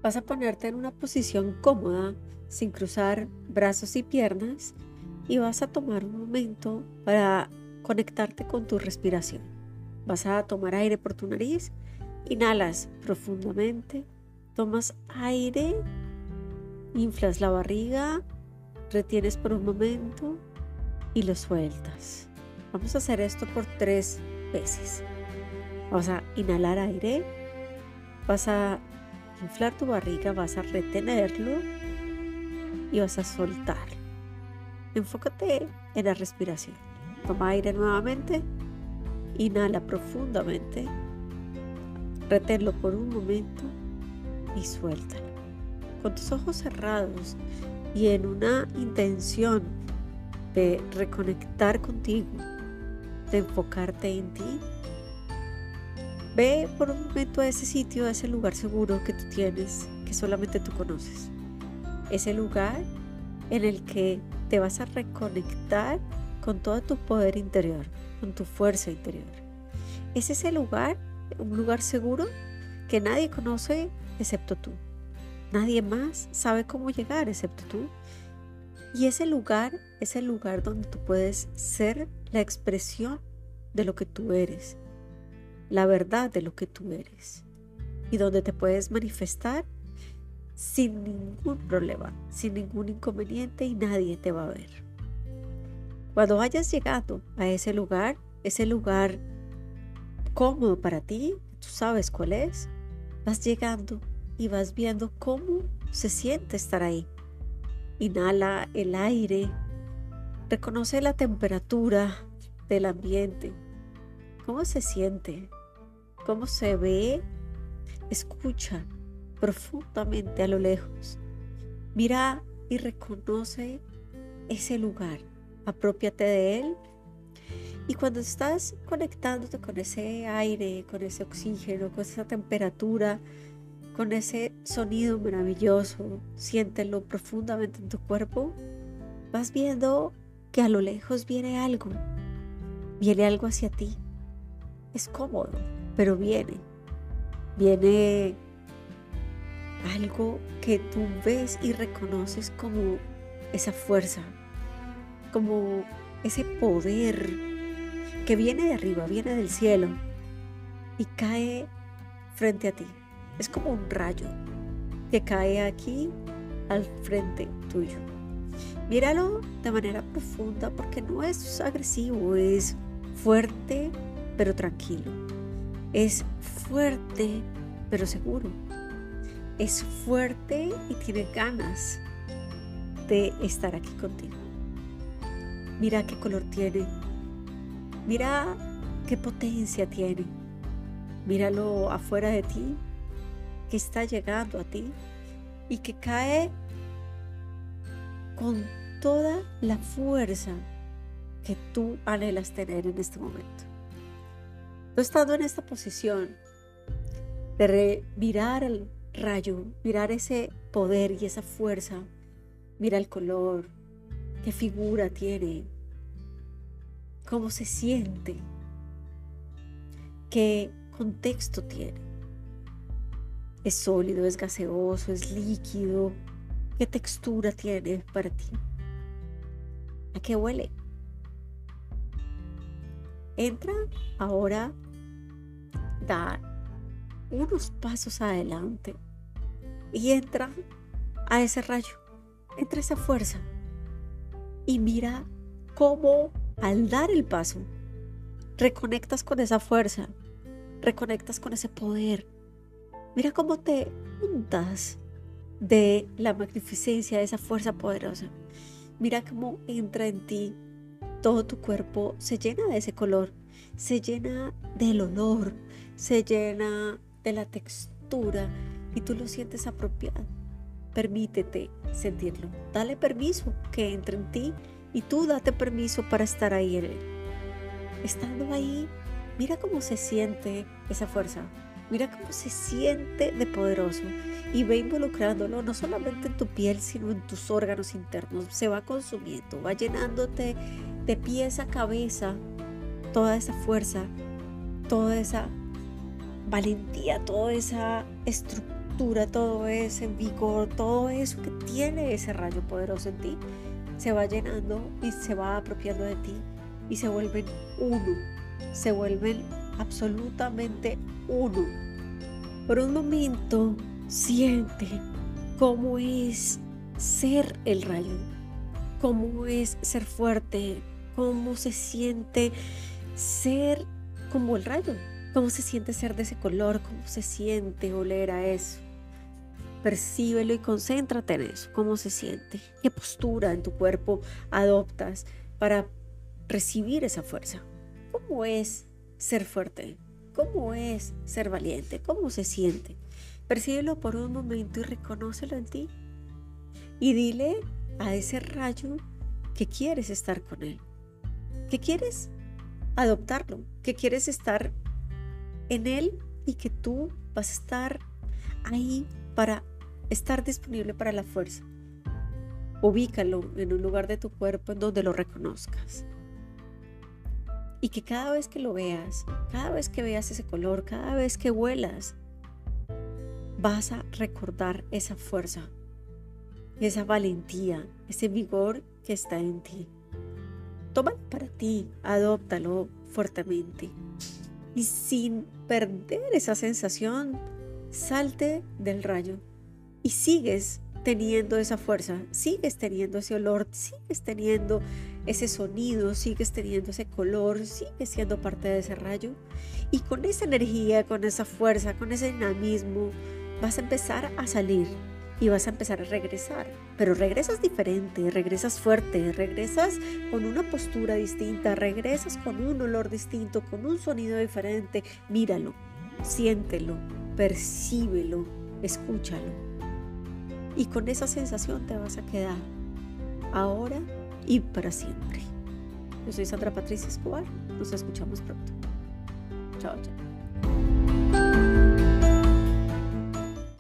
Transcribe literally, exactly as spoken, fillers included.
Vas a ponerte en una posición cómoda, sin cruzar brazos y piernas, y vas a tomar un momento para conectarte con tu respiración. Vas a tomar aire por tu nariz, inhalas profundamente, tomas aire, inflas la barriga, retienes por un momento y lo sueltas. Vamos a hacer esto por tres veces. Vas a inhalar aire, vas a inflar tu barriga, vas a retenerlo y vas a soltarlo. Enfócate en la respiración. Toma aire nuevamente, inhala profundamente, reténlo por un momento y suéltalo. Con tus ojos cerrados y en una intención de reconectar contigo, de enfocarte en ti, ve por un momento a ese sitio, a ese lugar seguro que tú tienes, que solamente tú conoces. Ese lugar en el que te vas a reconectar con todo tu poder interior, con tu fuerza interior. Es ese lugar, un lugar seguro que nadie conoce excepto tú. Nadie más sabe cómo llegar excepto tú. Y ese lugar es el lugar donde tú puedes ser la expresión de lo que tú eres, la verdad de lo que tú eres, y donde te puedes manifestar sin ningún problema, sin ningún inconveniente, y nadie te va a ver. Cuando vayas llegando a ese lugar, ese lugar cómodo para ti, tú sabes cuál es, vas llegando y vas viendo cómo se siente estar ahí. Inhala el aire, reconoce la temperatura del ambiente, cómo se siente, cómo se ve, escucha profundamente a lo lejos. Mira y reconoce ese lugar, aprópiate de él. Y cuando estás conectándote con ese aire, con ese oxígeno, con esa temperatura, con ese sonido maravilloso, siéntelo profundamente en tu cuerpo, vas viendo que a lo lejos viene algo, viene algo hacia ti. Es cómodo, pero viene, viene algo que tú ves y reconoces como esa fuerza, como ese poder que viene de arriba, viene del cielo y cae frente a ti. Es como un rayo que cae aquí al frente tuyo. Míralo de manera profunda porque no es agresivo, es fuerte pero tranquilo. Es fuerte pero seguro. Es fuerte y tiene ganas de estar aquí contigo. Mira qué color tiene. Mira qué potencia tiene. Míralo afuera de ti, que está llegando a ti y que cae con toda la fuerza que tú anhelas tener en este momento. Tú estando en esta posición de re- mirar el rayo, mirar ese poder y esa fuerza, mira el color, qué figura tiene, cómo se siente, qué contexto tiene. ¿Es sólido, es gaseoso, es líquido? ¿Qué textura tiene para ti? ¿A qué huele? Entra ahora, da unos pasos adelante y entra a ese rayo, entra a esa fuerza y mira cómo al dar el paso reconectas con esa fuerza, reconectas con ese poder. Mira cómo te untas de la magnificencia de esa fuerza poderosa. Mira cómo entra en ti, todo tu cuerpo se llena de ese color, se llena del olor, se llena de la textura y tú lo sientes apropiado. Permítete sentirlo, dale permiso que entre en ti y tú date permiso para estar ahí en él. Estando ahí, mira cómo se siente esa fuerza. Mira cómo se siente de poderoso y ve involucrándolo no solamente en tu piel, sino en tus órganos internos. Se va consumiendo, va llenándote de pies a cabeza toda esa fuerza, toda esa valentía, toda esa estructura postura, todo ese vigor, todo eso que tiene ese rayo poderoso en ti, se va llenando y se va apropiando de ti y se vuelven uno, se vuelven absolutamente uno. Por un momento siente cómo es ser el rayo, cómo es ser fuerte, cómo se siente ser como el rayo, cómo se siente ser de ese color, cómo se siente oler a eso. Percíbelo y concéntrate en eso, cómo se siente, qué postura en tu cuerpo adoptas para recibir esa fuerza. ¿Cómo es ser fuerte? ¿Cómo es ser valiente? ¿Cómo se siente? Percíbelo por un momento y reconócelo en ti. Y dile a ese rayo que quieres estar con él, que quieres adoptarlo, que quieres estar en él y que tú vas a estar ahí para estar disponible para la fuerza. Ubícalo en un lugar de tu cuerpo en donde lo reconozcas. Y que cada vez que lo veas, cada vez que veas ese color, cada vez que huelas, vas a recordar esa fuerza, esa valentía, ese vigor que está en ti. Tómalo para ti, adóptalo fuertemente. Y sin perder esa sensación, salte del rayo y sigues teniendo esa fuerza, sigues teniendo ese olor, sigues teniendo ese sonido, sigues teniendo ese color, sigues siendo parte de ese rayo. Y con esa energía, con esa fuerza, con ese dinamismo, vas a empezar a salir y vas a empezar a regresar. Pero regresas diferente, regresas fuerte, regresas con una postura distinta, regresas con un olor distinto, con un sonido diferente. Míralo, siéntelo, percíbelo, escúchalo. Y con esa sensación te vas a quedar ahora y para siempre. Yo soy Sandra Patricia Escobar. Nos escuchamos pronto. Chao, chao.